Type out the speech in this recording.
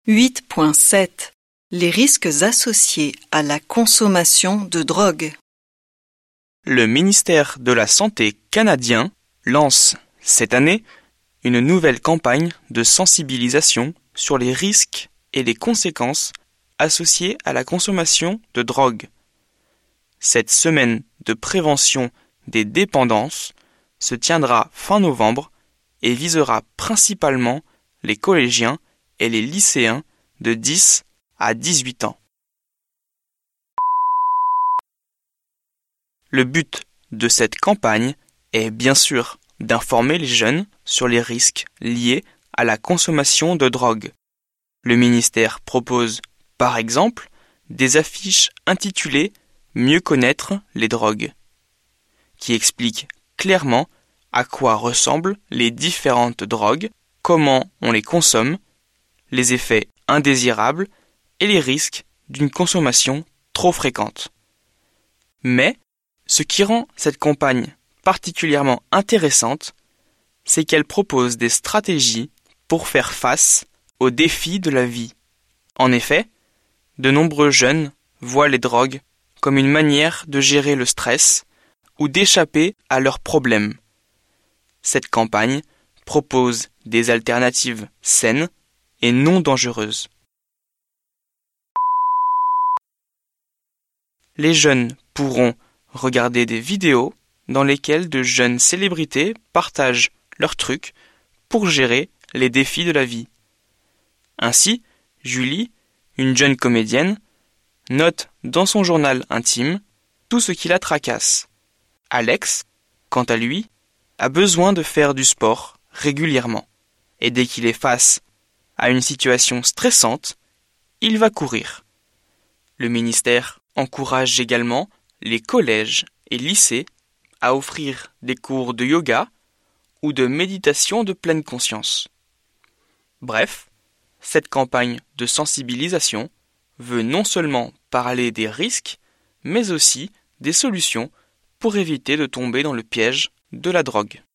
8.7 Les risques associés à la consommation de drogue. Le ministère de la Santé canadien lance cette année une nouvelle campagne de sensibilisation sur les risques et les conséquences associées à la consommation de drogue. Cette semaine de prévention des dépendances se tiendra fin novembre et visera principalement les collégiens et les lycéens de 10 à 18 ans. Le but de cette campagne est bien sûr d'informer les jeunes sur les risques liés à la consommation de drogue. Le ministère propose, par exemple, des affiches intitulées « Mieux connaître les drogues » qui expliquent clairement à quoi ressemblent les différentes drogues, comment on les consomme, les effets indésirables et les risques d'une consommation trop fréquente. Mais ce qui rend cette campagne particulièrement intéressante, c'est qu'elle propose des stratégies pour faire face aux défis de la vie. En effet, de nombreux jeunes voient les drogues comme une manière de gérer le stress ou d'échapper à leurs problèmes. Cette campagne propose des alternatives saines et non dangereuses. Les jeunes pourront regarder des vidéos dans lesquelles de jeunes célébrités partagent leurs trucs pour gérer les défis de la vie. Ainsi, Julie, une jeune comédienne, note dans son journal intime tout ce qui la tracasse. Alex, quant à lui, a besoin de faire du sport régulièrement. Et dès qu'il est face à une situation stressante, il va courir. Le ministère encourage également les collèges et lycées à offrir des cours de yoga ou de méditation de pleine conscience. Bref, cette campagne de sensibilisation veut non seulement parler des risques, mais aussi des solutions pour éviter de tomber dans le piège de la drogue.